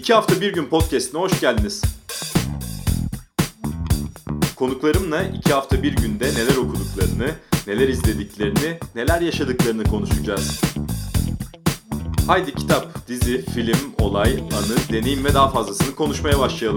İki Hafta Bir Gün podcastine hoş geldiniz. Konuklarımla 2 hafta bir günde neler okuduklarını, neler izlediklerini, neler yaşadıklarını konuşacağız. Haydi kitap, dizi, film, olay, anı, deneyim ve daha fazlasını konuşmaya başlayalım.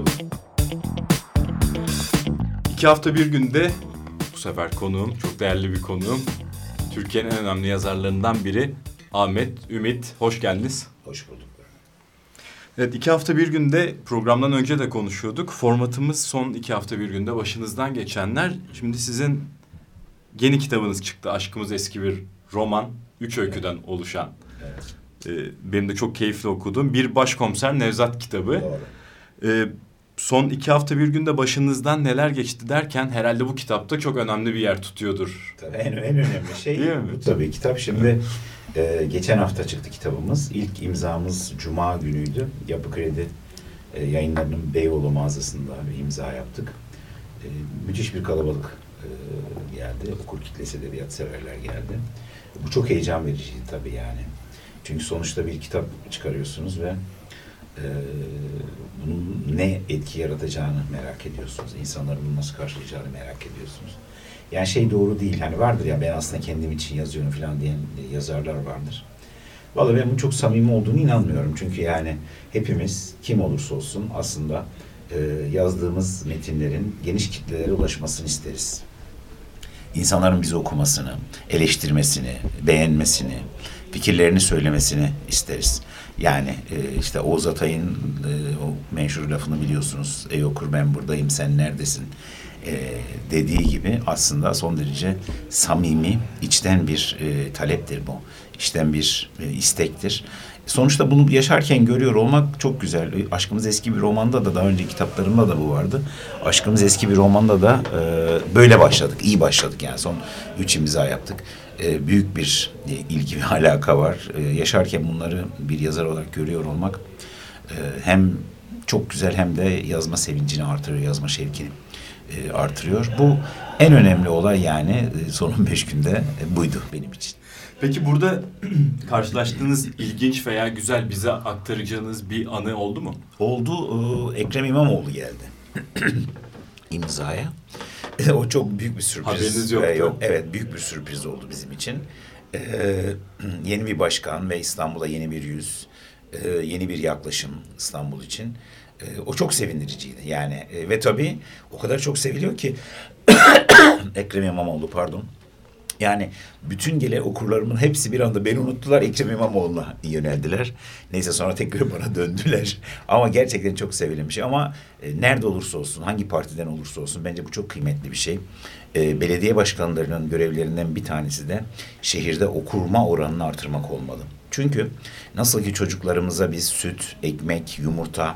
2 hafta bir günde bu sefer konuğum, çok değerli bir konuğum. Türkiye'nin en önemli yazarlarından biri Ahmet Ümit. Hoş geldiniz. Hoş bulduk. Evet, 2 hafta bir günde programdan önce de konuşuyorduk. Formatımız son 2 hafta bir günde başınızdan geçenler. Şimdi sizin yeni kitabınız çıktı. Aşkımız Eski Bir Roman. 3 öyküden oluşan. Evet. Benim de çok keyifli okuduğum Bir Başkomiser Nevzat kitabı. Doğru. Son 2 hafta bir günde başınızdan neler geçti derken herhalde bu kitapta çok önemli bir yer tutuyordur. Tabii en önemli şey değil mi? Bu tabii kitap. Şimdi geçen hafta çıktı kitabımız. İlk imzamız Cuma günüydü. Yapı Kredi Yayınları'nın Beyoğlu mağazasında bir imza yaptık. Müthiş bir kalabalık geldi. Okur kitlesi, edebiyat severler geldi. Bu çok heyecan vericiydi tabii yani. Çünkü sonuçta bir kitap çıkarıyorsunuz ve bunun ne etki yaratacağını merak ediyorsunuz. İnsanların bunu nasıl karşılayacağını merak ediyorsunuz. Yani şey doğru değil. Hani vardır ya ben aslında kendim için yazıyorum falan diyen yazarlar vardır. Vallahi ben bunun çok samimi olduğunu inanmıyorum. Çünkü yani hepimiz kim olursa olsun aslında yazdığımız metinlerin geniş kitlelere ulaşmasını isteriz. İnsanların bizi okumasını, eleştirmesini, beğenmesini, fikirlerini söylemesini isteriz. Yani işte Oğuz Atay'ın o meşhur lafını biliyorsunuz. Ey okur ben buradayım sen neredesin dediği gibi aslında son derece samimi, içten bir taleptir bu. İçten bir istektir. Sonuçta bunu yaşarken görüyor olmak çok güzel. Aşkımız Eski Bir Roman'da da daha önce kitaplarımda da bu vardı. Aşkımız Eski Bir Roman'da da böyle başladık. İyi başladık yani son 3 imza yaptık. Büyük bir ilgi ve alaka var. Yaşarken bunları bir yazar olarak görüyor olmak hem çok güzel hem de yazma sevincini artırıyor, yazma şevkini artırıyor. Bu en önemli olay yani son 15 günde buydu benim için. Peki burada karşılaştığınız ilginç veya güzel bize aktaracağınız bir anı oldu mu? Oldu. Ekrem İmamoğlu geldi imzaya. O çok büyük bir sürpriz. Haberiniz yoktu. Yok, evet büyük bir sürpriz oldu bizim için. Yeni bir başkan ve İstanbul'a yeni bir yüz, yeni bir yaklaşım İstanbul için. O çok sevindiriciydi yani ve tabii o kadar çok seviliyor ki Ekrem İmamoğlu pardon. Yani bütün gelen okurlarımın hepsi bir anda beni unuttular. Ekrem İmamoğlu'na yöneldiler. Neyse sonra tekrar bana döndüler. Ama gerçekten çok sevilen bir şey. Ama nerede olursa olsun, hangi partiden olursa olsun bence bu çok kıymetli bir şey. Belediye başkanlarının görevlerinden bir tanesi de şehirde okurma oranını artırmak olmalı. Çünkü nasıl ki çocuklarımıza biz süt, ekmek, yumurta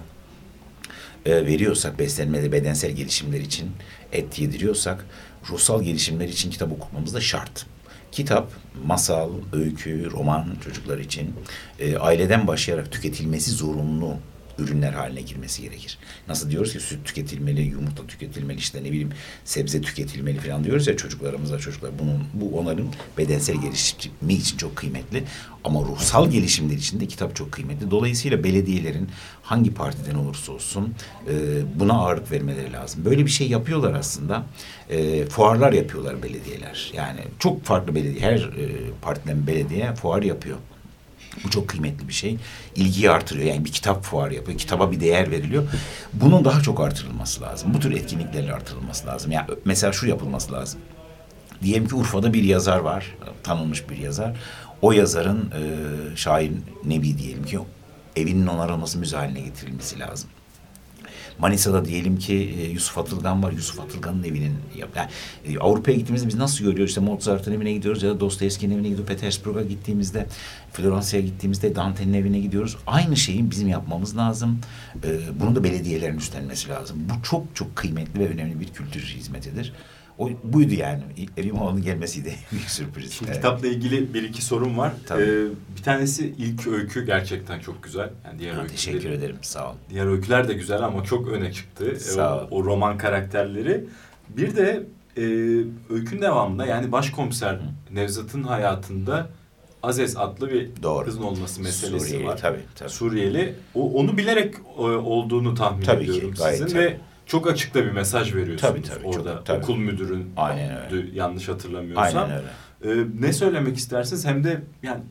veriyorsak beslenmede bedensel gelişimler için et yediriyorsak ruhsal gelişimler için kitap okumamız da şart. Kitap, masal, öykü, roman çocuklar için aileden başlayarak tüketilmesi zorunlu ürünler haline girmesi gerekir. Nasıl diyoruz ki süt tüketilmeli, yumurta tüketilmeli, işte ne bileyim sebze tüketilmeli falan diyoruz ya çocuklarımıza bu onların bedensel gelişimi için çok kıymetli. Ama ruhsal gelişimler için de kitap çok kıymetli. Dolayısıyla belediyelerin hangi partiden olursa olsun buna ağırlık vermeleri lazım. Böyle bir şey yapıyorlar aslında. Fuarlar yapıyorlar belediyeler. Yani çok farklı belediye, her partiden belediye fuar yapıyor. Bu çok kıymetli bir şey. İlgiyi artırıyor. Yani bir kitap fuarı yapıyor. Kitaba bir değer veriliyor. Bunun daha çok artırılması lazım. Bu tür etkinliklerle artırılması lazım. Yani mesela şu yapılması lazım. Diyelim ki Urfa'da bir yazar var. Tanınmış bir yazar. O yazarın şair Nebi diyelim ki evinin onarılması müze haline getirilmesi lazım. Manisa'da diyelim ki Yusuf Atılgan var. Yusuf Atılgan'ın evinin yani Avrupa'ya gittiğimizde biz nasıl görüyoruz? İşte Mozart'ın evine gidiyoruz ya da Dostoyevski'nin evine gidiyoruz. Petersburg'a gittiğimizde, Floransa'ya gittiğimizde Dante'nin evine gidiyoruz. Aynı şeyi bizim yapmamız lazım. Bunu da belediyelerin üstlenmesi lazım. Bu çok çok kıymetli ve önemli bir kültür hizmetidir. Buydu yani. İmamoğlu'nun gelmesiydi. Büyük sürpriz. Şimdi kitapla ilgili bir iki sorum var. Bir tanesi ilk öykü gerçekten çok güzel. Yani diğer teşekkür ederim. Sağ ol. Diğer öyküler de güzel ama çok öne çıktı. Sağ ol. O roman karakterleri. Bir de öykünün devamında yani başkomiser Nevzat'ın hayatında Azez adlı bir Doğru. kızın olması meselesi Suriyeli, var. tabii. Suriyeli. Onu bilerek olduğunu tahmin Tabii ediyorum ki, gayet sizin tabii. ve çok açık da bir mesaj veriyorsunuz Tabii, orada. tabii. Okul müdürün, Aynen öyle. yanlış hatırlamıyorsam. Aynen öyle. Ne söylemek istersiniz? Hem de yani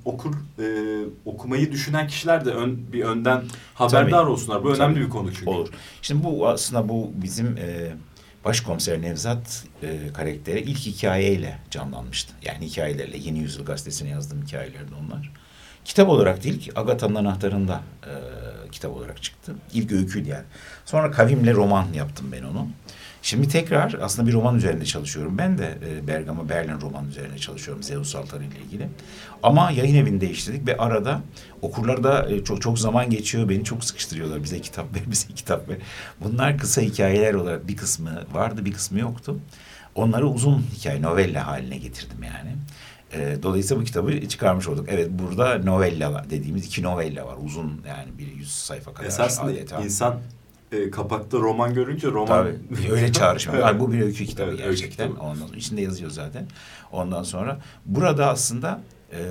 okumayı düşünen kişiler de önden haberdar olsunlar. Bu önemli bir konu çünkü. Olur. Şimdi bu aslında bizim Başkomiser Nevzat karakteri ilk hikayeyle canlanmıştı. Yani hikayelerle Yeni Yüzyıl Gazetesi'ne yazdığım hikayelerdi onlar. Kitap olarak değil ki Agatha'nın Anahtarı'nda kitap olarak çıktı. İlk öyküydü yani. Sonra Kavim'le roman yaptım ben onu. Şimdi tekrar aslında bir roman üzerinde çalışıyorum. Ben de Bergama roman üzerine çalışıyorum Zeus Altarı ile ilgili. Ama yayın evini değiştirdik ve arada okurlarda çok zaman geçiyor. Beni çok sıkıştırıyorlar. Bize kitap ver, bize kitap ver. Bunlar kısa hikayeler olarak bir kısmı vardı, bir kısmı yoktu. Onları uzun hikaye, novella haline getirdim yani. Dolayısıyla bu kitabı çıkarmış olduk. Evet, burada novella dediğimiz 2 novella var. Uzun yani bir 100 sayfa kadar. Esasında adeta. insan kapakta roman görünce roman... Tabii, öyle çağrışmıyor. Yani bu bir öykü kitabı evet, gerçekten. Öykü kitabı. Ondan sonra içinde yazıyor zaten. Ondan sonra burada aslında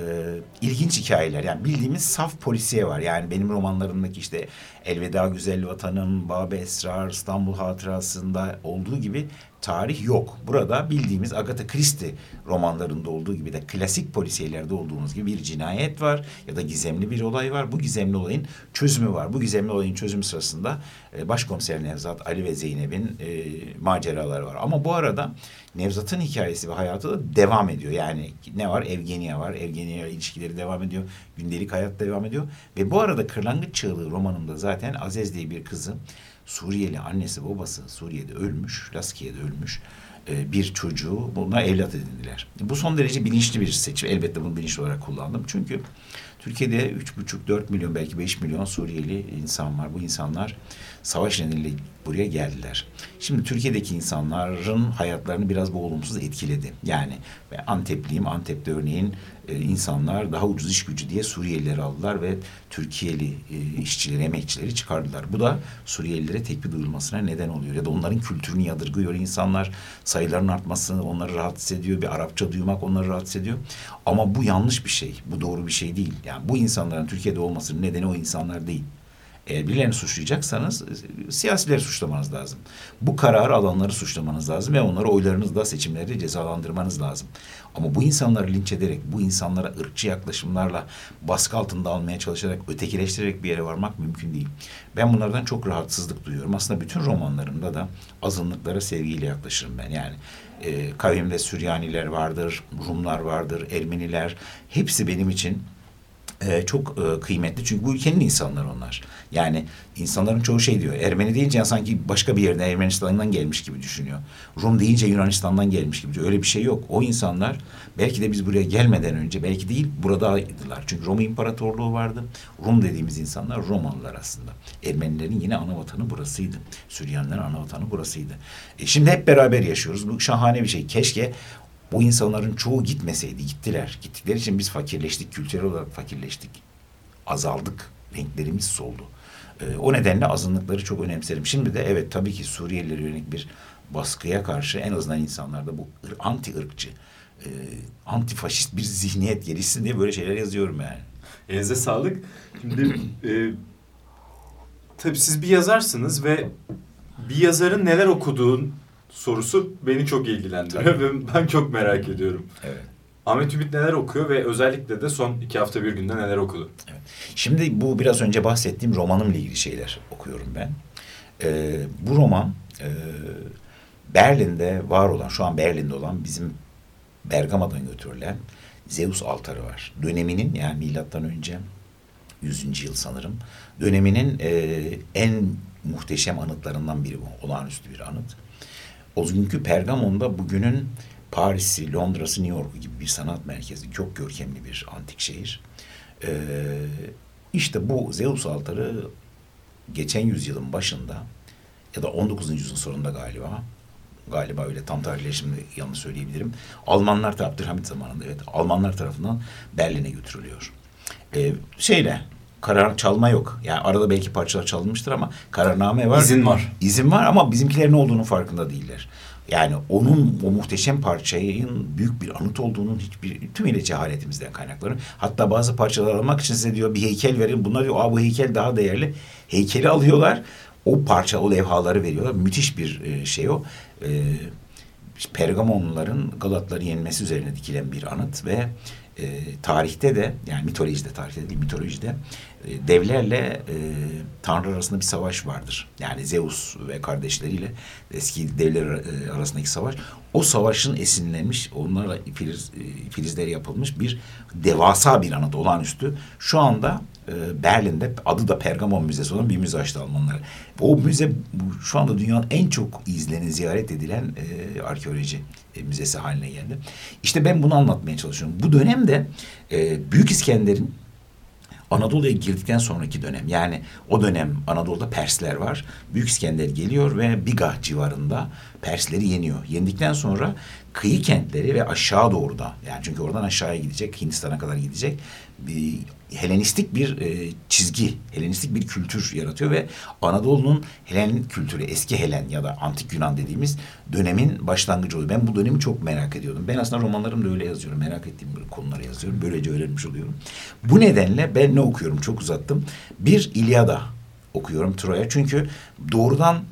ilginç hikayeler. Yani bildiğimiz saf polisiye var. Yani benim romanlarımdaki işte Elveda Güzel Vatanım, Bab-ı Esrar, İstanbul Hatırası'nda olduğu gibi tarih yok. Burada bildiğimiz Agatha Christie romanlarında olduğu gibi de klasik polisiyelerde olduğumuz gibi bir cinayet var ya da gizemli bir olay var. Bu gizemli olayın çözümü var. Bu gizemli olayın çözümü sırasında Başkomiser Nevzat, Ali ve Zeynep'in maceraları var. Ama bu arada Nevzat'ın hikayesi ve hayatı da devam ediyor. Yani ne var? Evgenya var. Evgenya ile ilişkileri devam ediyor. Gündelik hayat devam ediyor. Ve bu arada Kırlangıç Çığlığı romanımda zaten Azez diye bir kızı, Suriyeli, annesi babası Suriye'de ölmüş, Laskiye'de ölmüş bir çocuğu bunlar evlat edindiler. Bu son derece bilinçli bir seçim. Elbette bunu bilinçli olarak kullandım. Çünkü Türkiye'de 3,5-4 milyon belki 5 milyon Suriyeli insan var. Bu insanlar savaş nedeniyle buraya geldiler. Şimdi Türkiye'deki insanların hayatlarını biraz bu olumsuz etkiledi. Yani Antepliyim, Antep'te örneğin insanlar daha ucuz iş gücü diye Suriyelileri aldılar ve Türkiye'li işçileri, emekçileri çıkardılar. Bu da Suriyelilere tepki duyulmasına neden oluyor. Ya da onların kültürünü yadırgıyor insanlar. Sayıların artması onları rahatsız ediyor. Bir Arapça duymak onları rahatsız ediyor. Ama bu yanlış bir şey. Bu doğru bir şey değil. Yani bu insanların Türkiye'de olmasının nedeni o insanlar değil. Eğer birilerini suçlayacaksanız siyasileri suçlamanız lazım. Bu kararı alanları suçlamanız lazım ve onları oylarınızla seçimleri cezalandırmanız lazım. Ama bu insanları linç ederek, bu insanlara ırkçı yaklaşımlarla baskı altında almaya çalışarak, ötekileştirerek bir yere varmak mümkün değil. Ben bunlardan çok rahatsızlık duyuyorum. Aslında bütün romanlarımda da azınlıklara sevgiyle yaklaşırım ben. Yani kavimde Süryaniler vardır, Rumlar vardır, Ermeniler. Hepsi benim için çok kıymetli. Çünkü bu ülkenin insanları onlar. Yani insanların çoğu şey diyor. Ermeni deyince sanki başka bir yerden Ermenistan'dan gelmiş gibi düşünüyor. Rum deyince Yunanistan'dan gelmiş gibi diyor. Öyle bir şey yok. O insanlar belki de biz buraya gelmeden önce belki değil buradaydılar. Çünkü Roma İmparatorluğu vardı. Rum dediğimiz insanlar Romalılar aslında. Ermenilerin yine ana vatanı burasıydı. Süryanilerin ana vatanı burasıydı. Şimdi hep beraber yaşıyoruz. Bu şahane bir şey. Keşke bu insanların çoğu gitmeseydi. Gittiler. Gittikleri için biz fakirleştik. Kültürel olarak fakirleştik. Azaldık. Renklerimiz soldu. O nedenle azınlıkları çok önemserim. Şimdi de evet tabii ki Suriyelilere yönelik bir baskıya karşı en azından insanlarda bu anti-ırkçı, anti-faşist bir zihniyet gelişsin diye böyle şeyler yazıyorum yani. Elinize sağlık. Şimdi tabii siz bir yazarsınız ve bir yazarın neler okuduğun sorusu beni çok ilgilendiriyor ve ben çok merak ediyorum. Evet. Ahmet Ümit neler okuyor ve özellikle de son 2 hafta bir günde neler okudu? Evet. Şimdi bu biraz önce bahsettiğim romanımla ilgili şeyler okuyorum ben. Bu roman Berlin'de var olan, şu an Berlin'de olan bizim Bergama'dan götürülen Zeus altarı var. Döneminin yani milattan önce 100. yıl sanırım. Döneminin en muhteşem anıtlarından biri bu. Olağanüstü bir anıt. O günkü Pergamon'da bugünün Paris'i, Londra'sı, New York'u gibi bir sanat merkezi. Çok görkemli bir antik şehir. İşte bu Zeus altarı geçen yüzyılın başında ya da 19. yüzyılın sonunda galiba öyle tam tarihleri şimdi yanlış söyleyebilirim. Almanlar tarafından, Abdülhamit zamanında evet Almanlar tarafından Berlin'e götürülüyor. Karar çalma yok. Yani arada belki parçalar çalınmıştır ama kararname var. İzin var. İzin var ama bizimkilerin ne olduğunu farkında değiller. Yani onun o muhteşem parçanın büyük bir anıt olduğunun tümüyle cehaletimizden kaynaklanıyor. Hatta bazı parçalar almak için size diyor bir heykel verin. Bunlar diyor bu heykel daha değerli. Heykeli alıyorlar. O parça, o levhaları veriyorlar. Müthiş bir şey o. Pergamonluların Galatları yenmesi üzerine dikilen bir anıt ve tarihte de, yani mitolojide, tarihte değil mitolojide devlerle tanrı arasında bir savaş vardır. Yani Zeus ve kardeşleriyle eski devler arasındaki savaş. O savaşın esinlenmiş, onlarla filizleri yapılmış bir devasa bir anıt, olağanüstü. Şu anda Berlin'de, adı da Pergamon Müzesi olan bir müze açtı Almanlar. O müze şu anda dünyanın en çok izlenen, ziyaret edilen arkeoloji müzesi haline geldi. İşte ben bunu anlatmaya çalışıyorum. Bu dönemde Büyük İskender'in Anadolu'ya girdikten sonraki dönem, yani o dönem Anadolu'da Persler var. Büyük İskender geliyor ve Bigah civarında Persleri yeniyor. Yendikten sonra kıyı kentleri ve aşağı doğru da, yani çünkü oradan aşağıya gidecek, Hindistan'a kadar gidecek bir Helenistik bir çizgi, Helenistik bir kültür yaratıyor ve Anadolu'nun Helen kültürü, eski Helen ya da Antik Yunan dediğimiz dönemin başlangıcı oluyor. Ben bu dönemi çok merak ediyordum. Ben aslında romanlarımda öyle yazıyorum. Merak ettiğim konuları yazıyorum. Böylece öğrenmiş oluyorum. Bu nedenle ben ne okuyorum? Çok uzattım. Bir İlyada okuyorum, Troya. Çünkü doğrudan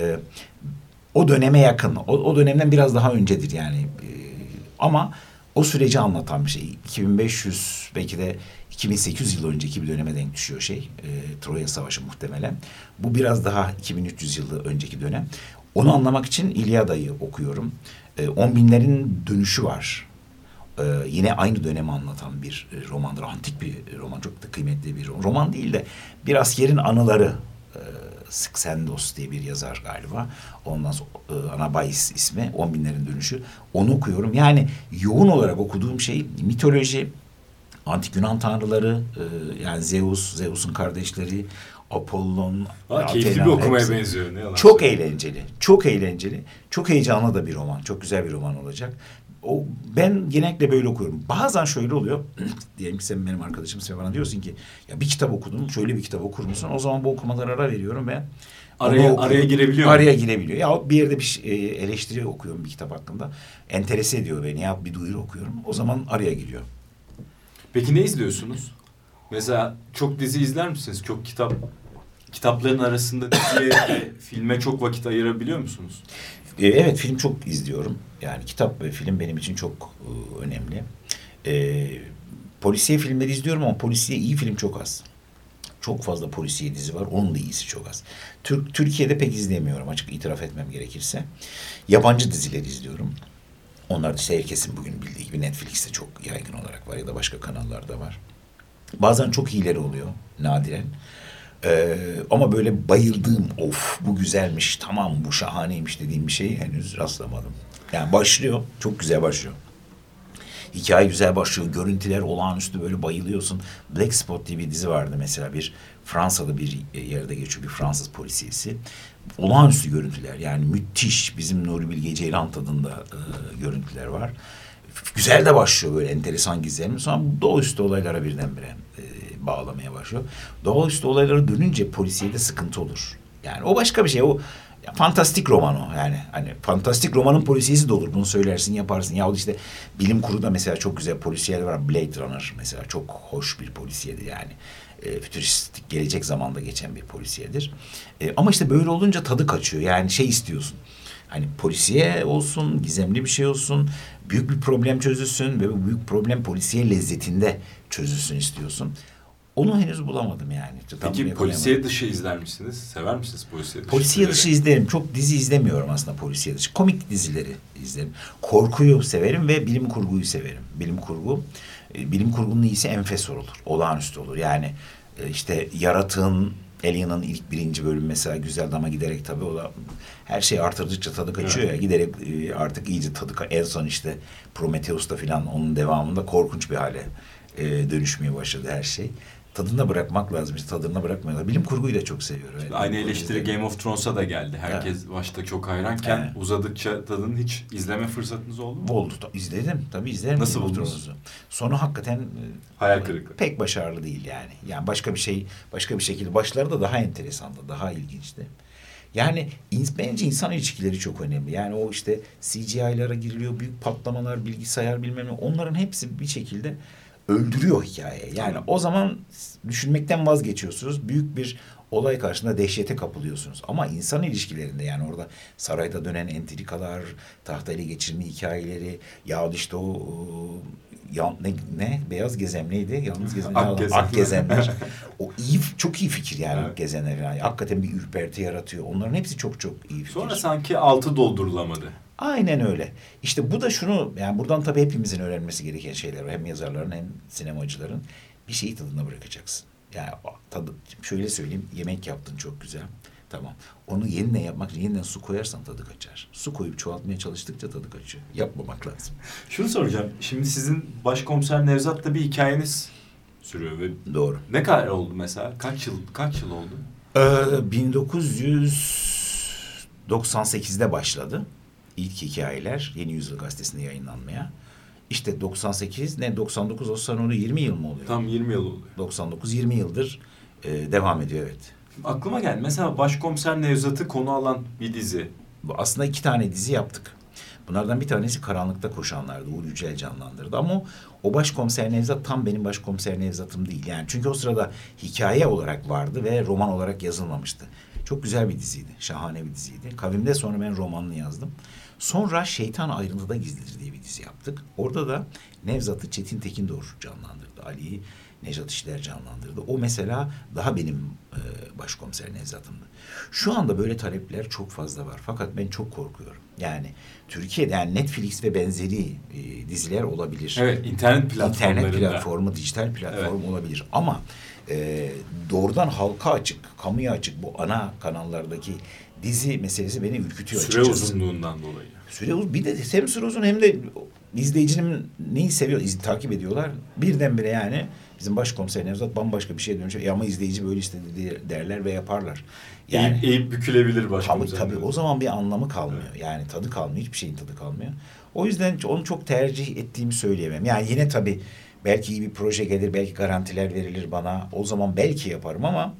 o döneme yakın. O dönemden biraz daha öncedir yani. Ama o süreci anlatan bir şey. 2500 belki de 2800 yıl önceki bir döneme denk düşüyor Troya Savaşı muhtemelen. Bu biraz daha 2300 yıl önceki dönem. Onu anlamak için İlyada'yı okuyorum. 10 binlerin dönüşü var. Yine aynı dönemi anlatan bir romandır. Antik bir roman. Çok da kıymetli bir roman. Roman değil de bir askerin anıları. Sksendos diye bir yazar galiba. Ondan sonra Anabais ismi. 10 binlerin dönüşü. Onu okuyorum. Yani yoğun olarak okuduğum şey mitoloji, Antik Yunan tanrıları, yani Zeus'un kardeşleri, Apollon, keyifli Athena, bir okumaya hepsi. benziyor. Ne yalan Çok söyleyeyim. eğlenceli. Çok eğlenceli. Çok heyecanlı da bir roman. Çok güzel bir roman olacak. Ben genellikle böyle okuyorum. Bazen şöyle oluyor. Diyelim ki sen benim arkadaşım, sen bana diyorsun ki ya bir kitap okudum, şöyle bir kitap okur musun? O zaman bu okumalara ara veriyorum ve araya girebiliyor mu? Araya girebiliyor. Ya bir yerde bir eleştiri okuyorum bir kitap hakkında. Enterese ediyor beni. Ya bir duyuru okuyorum. O zaman araya giriyor. Peki ne izliyorsunuz? Mesela çok dizi izler misiniz? Çok kitapların arasında diziye ve filme çok vakit ayırabiliyor musunuz? Evet, film çok izliyorum. Yani kitap ve film benim için çok önemli. Polisiye filmleri izliyorum ama polisiye iyi film çok az. Çok fazla polisiye dizi var. Onun da iyisi çok az. Türkiye'de pek izleyemiyorum, açık itiraf etmem gerekirse. Yabancı dizileri izliyorum. Onlar da herkesin bugün bildiği gibi Netflix'te çok yaygın olarak var ya da başka kanallarda var. Bazen çok iyileri oluyor, nadiren. Ama böyle bayıldığım, of bu güzelmiş, tamam bu şahaneymiş dediğim bir şeyi henüz rastlamadım. Yani başlıyor, çok güzel başlıyor. Hikaye güzel başlıyor, görüntüler olağanüstü, böyle bayılıyorsun. Black Spot diye bir dizi vardı mesela, bir Fransa'da bir yerde geçiyor, bir Fransız polisiyesi. Olağanüstü görüntüler, yani müthiş, bizim Nuri Bilge Ceylan tadında görüntüler var. Güzel de başlıyor, böyle enteresan gizlenim. Sonra doğaüstü olaylara birdenbire bağlamaya başlıyor. Doğaüstü olaylara dönünce polisiyede sıkıntı olur. Yani o başka bir şey. O ya, fantastik roman o. Yani hani fantastik romanın polisiyesi de olur. Bunu söylersin, yaparsın. Yahut işte bilim kurguda mesela çok güzel polisiyeler var. Blade Runner mesela çok hoş bir polisiyedir yani. Fütüristik, gelecek zamanda geçen bir polisiyedir. Ama işte böyle olunca tadı kaçıyor. Yani istiyorsun. Hani polisiye olsun, gizemli bir şey olsun, büyük bir problem çözülsün ve bu büyük problem polisiye lezzetinde çözülsün istiyorsun. Onu henüz bulamadım yani. Peki polisiye dışı izler misiniz? Sever misiniz polisiye dışı? Polisiye dışı izlerim. Çok dizi izlemiyorum aslında polisiye dışı. Komik dizileri izlerim. Korkuyu severim ve bilim kurguyu severim. Bilim kurgunun iyisi enfes olur. Olağanüstü olur. Yani işte Yaratığın, Alien'ın ilk 1. bölüm mesela güzeldi ama giderek tabii o da her şey artırdıkça tadı kaçıyor ya. Giderek artık iyice tadı en son işte Prometheus'ta falan onun devamında korkunç bir hale dönüşmeye başladı her şey. Tadına bırakmak lazım. İşte tadına bırakmıyorlar. Bilim kurguyu da çok seviyorum. Evet, aynı eleştiri Game of Thrones'a da geldi. Herkes başta çok hayranken uzadıkça tadını hiç izleme fırsatınız oldu mu? Oldu. İzledim. Tabii izlerim. Nasıl buldunuz? Sonu hakikaten hayal kırıklığı. Pek başarılı değil yani. Yani başka bir şekilde başları da daha enteresandı. Daha ilginçti. Yani bence insan ilişkileri çok önemli. Yani o işte CGI'lara giriliyor, büyük patlamalar, bilgisayar bilmem ne, onların hepsi bir şekilde öldürüyor hikayeyi. Yani o zaman düşünmekten vazgeçiyorsunuz. Büyük bir olay karşısında dehşete kapılıyorsunuz. Ama insan ilişkilerinde, yani orada sarayda dönen entrikalar, tahtayla geçirme hikayeleri, ya işte ne beyaz gezem neydi? Yalnız gezem, ak gezemler. O iyi, çok iyi fikir yani, evet. Gezenler yani. Hakikaten bir ürperti yaratıyor. Onların hepsi çok çok iyi fikir. Sonra sanki altı doldurulamadı. Aynen öyle. İşte bu da şunu, yani buradan tabii hepimizin öğrenmesi gereken şeyler var. Hem yazarların hem sinemacıların. Bir şeyi tadına bırakacaksın. Yani tadı, şöyle söyleyeyim, yemek yaptın çok güzel. Tamam. Onu yeniden yapmak için yeniden su koyarsan tadı kaçar. Su koyup çoğaltmaya çalıştıkça tadı kaçıyor. Yapmamak lazım. Şunu soracağım. Şimdi sizin Başkomiser Nevzat'ta bir hikayeniz sürüyor ve doğru. Ne kadar oldu mesela? Kaç yıl oldu? 1998'de başladı. İlk hikayeler Yeni Yüzyıl Gazetesi'nde yayınlanmaya. İşte 98 ne 99 olsa onu 20 yıl mı oluyor? Tam 20 yıl oluyor. 20 yıldır devam ediyor, evet. Aklıma geldi. Mesela Başkomiser Nevzat'ı konu alan bir dizi. Aslında 2 tane dizi yaptık. Bunlardan bir tanesi Karanlıkta Koşanlar'dı. Uğur Yücel canlandırdı. Ama o Başkomiser Nevzat tam benim Başkomiser Nevzat'ım değil. Yani çünkü o sırada hikaye olarak vardı ve roman olarak yazılmamıştı. Çok güzel bir diziydi. Şahane bir diziydi. Kavim'de sonra ben romanını yazdım. Sonra Şeytan Ayrıntıda Gizlidir diye bir dizi yaptık. Orada da Nevzat'ı Çetin Tekindoğru canlandırdı. Ali'yi Nejat İşler canlandırdı. O mesela daha benim Başkomiser Nevzat'ımdı. Şu anda böyle talepler çok fazla var. Fakat ben çok korkuyorum. Yani Türkiye'de yani Netflix ve benzeri diziler olabilir. Evet, internet platformu, dijital platform, evet, olabilir. Ama doğrudan halka açık, kamuya açık bu ana kanallardaki dizi meselesi beni ürkütüyor açıkçası. Süre uzunluğundan dolayı. Bir de hem süre uzun hem de izleyicinin neyi seviyor, takip ediyorlar. Birdenbire yani bizim Başkomiser Nevzat bambaşka bir şeye dönüşüyor. Ama izleyici böyle istedi derler ve yaparlar. Yani eğip bükülebilir Başkomiser. Tabii o zaman bir anlamı kalmıyor. Evet. Yani tadı kalmıyor. Hiçbir şeyin tadı kalmıyor. O yüzden onu çok tercih ettiğimi söyleyemem. Yani yine tabii belki iyi bir proje gelir, belki garantiler verilir bana. O zaman belki yaparım ama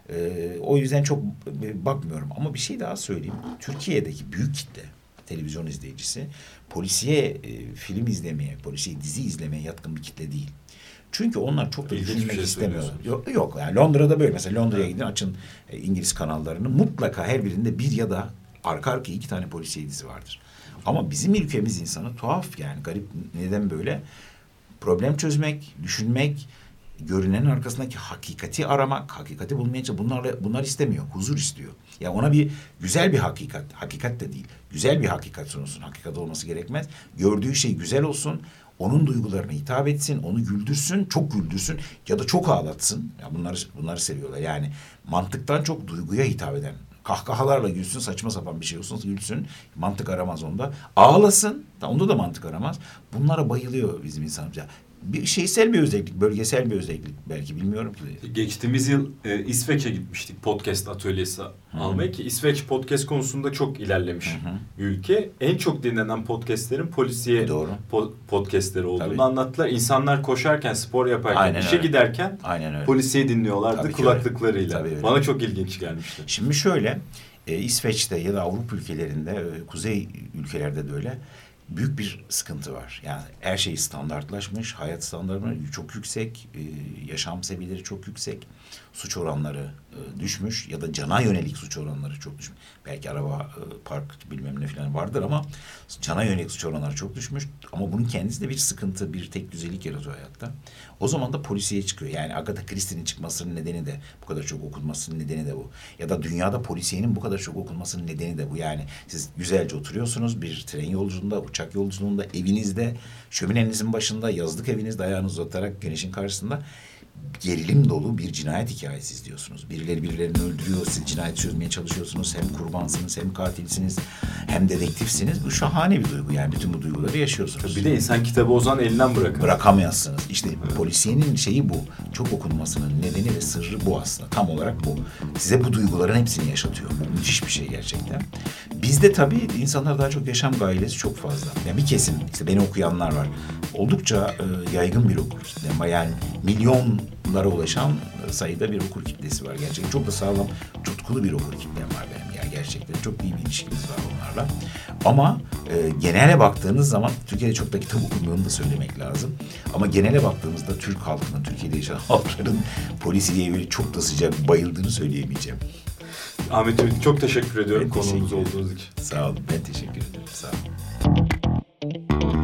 o yüzden çok bakmıyorum. Ama bir şey daha söyleyeyim. Türkiye'deki büyük kitle, televizyon izleyicisi, polisiye film izlemeye, polisiye dizi izlemeye yatkın bir kitle değil. Çünkü onlar çok da düşünmek istemiyorlar. Yok yani Londra'da böyle. Mesela Londra'ya gidin, açın İngiliz kanallarını. Mutlaka her birinde bir ya da arka arkaya 2 tane polisiye dizi vardır. Ama bizim ülkemiz insanı tuhaf yani, garip, neden böyle? Problem çözmek, düşünmek, görünenin arkasındaki hakikati aramak, hakikati bulmaya çalışmak, bunlar istemiyor. Huzur istiyor. Ya ona bir güzel bir hakikat de değil. Güzel bir hakikat sunulsun. Hakikat olması gerekmez. Gördüğü şey güzel olsun. Onun duygularına hitap etsin, onu güldürsün, çok güldürsün ya da çok ağlatsın. Ya bunları seviyorlar. Yani mantıktan çok duyguya hitap eden. Kahkahalarla gülsün, saçma sapan bir şey olsun, gülsün. Mantık aramaz onda. Ağlasın, onda da mantık aramaz. Bunlara bayılıyor bizim insanımız. Ya bir şeysel bir özellik, bölgesel bir özellik belki, bilmiyorum ki. Geçtiğimiz yıl İsveç'e gitmiştik podcast atölyesi almaya ki İsveç podcast konusunda çok ilerlemiş bir ülke. En çok dinlenen podcastlerin polisiye podcastleri olduğunu anlattılar. İnsanlar koşarken, spor yaparken, işe giderken polisiye dinliyorlardı kulaklıklarıyla. Bana çok ilginç gelmişti. Şimdi şöyle, İsveç'te ya da Avrupa ülkelerinde, kuzey ülkelerde de öyle büyük bir sıkıntı var. Yani her şey standartlaşmış, hayat standartları çok yüksek, yaşam seviyeleri çok yüksek, suç oranları düşmüş ya da cana yönelik suç oranları çok düşmüş. Belki araba park bilmem ne falan vardır ama cana yönelik suç oranları çok düşmüş. Ama bunun kendisi de bir sıkıntı, bir tek düzelik yaratıyor hayatta. O zaman da polisiye çıkıyor. Yani Agatha Christie'nin çıkmasının nedeni de, bu kadar çok okunmasının nedeni de bu. Ya da dünyada polisiyenin bu kadar çok okunmasının nedeni de bu. Yani siz güzelce oturuyorsunuz bir tren yolculuğunda, uçak yolculuğunda, evinizde, şöminenizin başında, yazlık evinizde ayağınızı uzatarak güneşin karşısında gerilim dolu bir cinayet hikayesi izliyorsunuz. Birileri birilerini öldürüyor, siz cinayet çözmeye çalışıyorsunuz. Hem kurbansınız, hem katilsiniz, hem dedektifsiniz. Bu şahane bir duygu yani. Bütün bu duyguları yaşıyorsunuz. Bir de insan kitabı o zaman elinden bırakır. Bırakamıyorsunuz. İşte polisiyenin şeyi bu. Çok okunmasının nedeni ve sırrı bu aslında. Tam olarak bu. Size bu duyguların hepsini yaşatıyor. Bu müthiş bir şey gerçekten. Bizde tabii insanlar daha çok yaşam gailesi çok fazla. Yani bir kesim, işte beni okuyanlar var. Oldukça yaygın bir okur kitle. Yani milyonlara ulaşan sayıda bir okur kitlesi var gerçekten. Çok da sağlam, tutkulu bir okur kitlem var benim. Yani gerçekten. Çok iyi bir ilişkimiz var onlarla. Ama genele baktığınız zaman, Türkiye'de çok da kitap okunduğunu da söylemek lazım. Ama genele baktığımızda Türk halkının, Türkiye'de yaşayan halkların polisiye böyle çok da sıcak bayıldığını söyleyemeyeceğim. Ahmet Ümit, çok teşekkür ediyorum Ben konuğumuz teşekkür ederim. olduğunuz için. Sağ olun, ben teşekkür ederim. Sağ olun.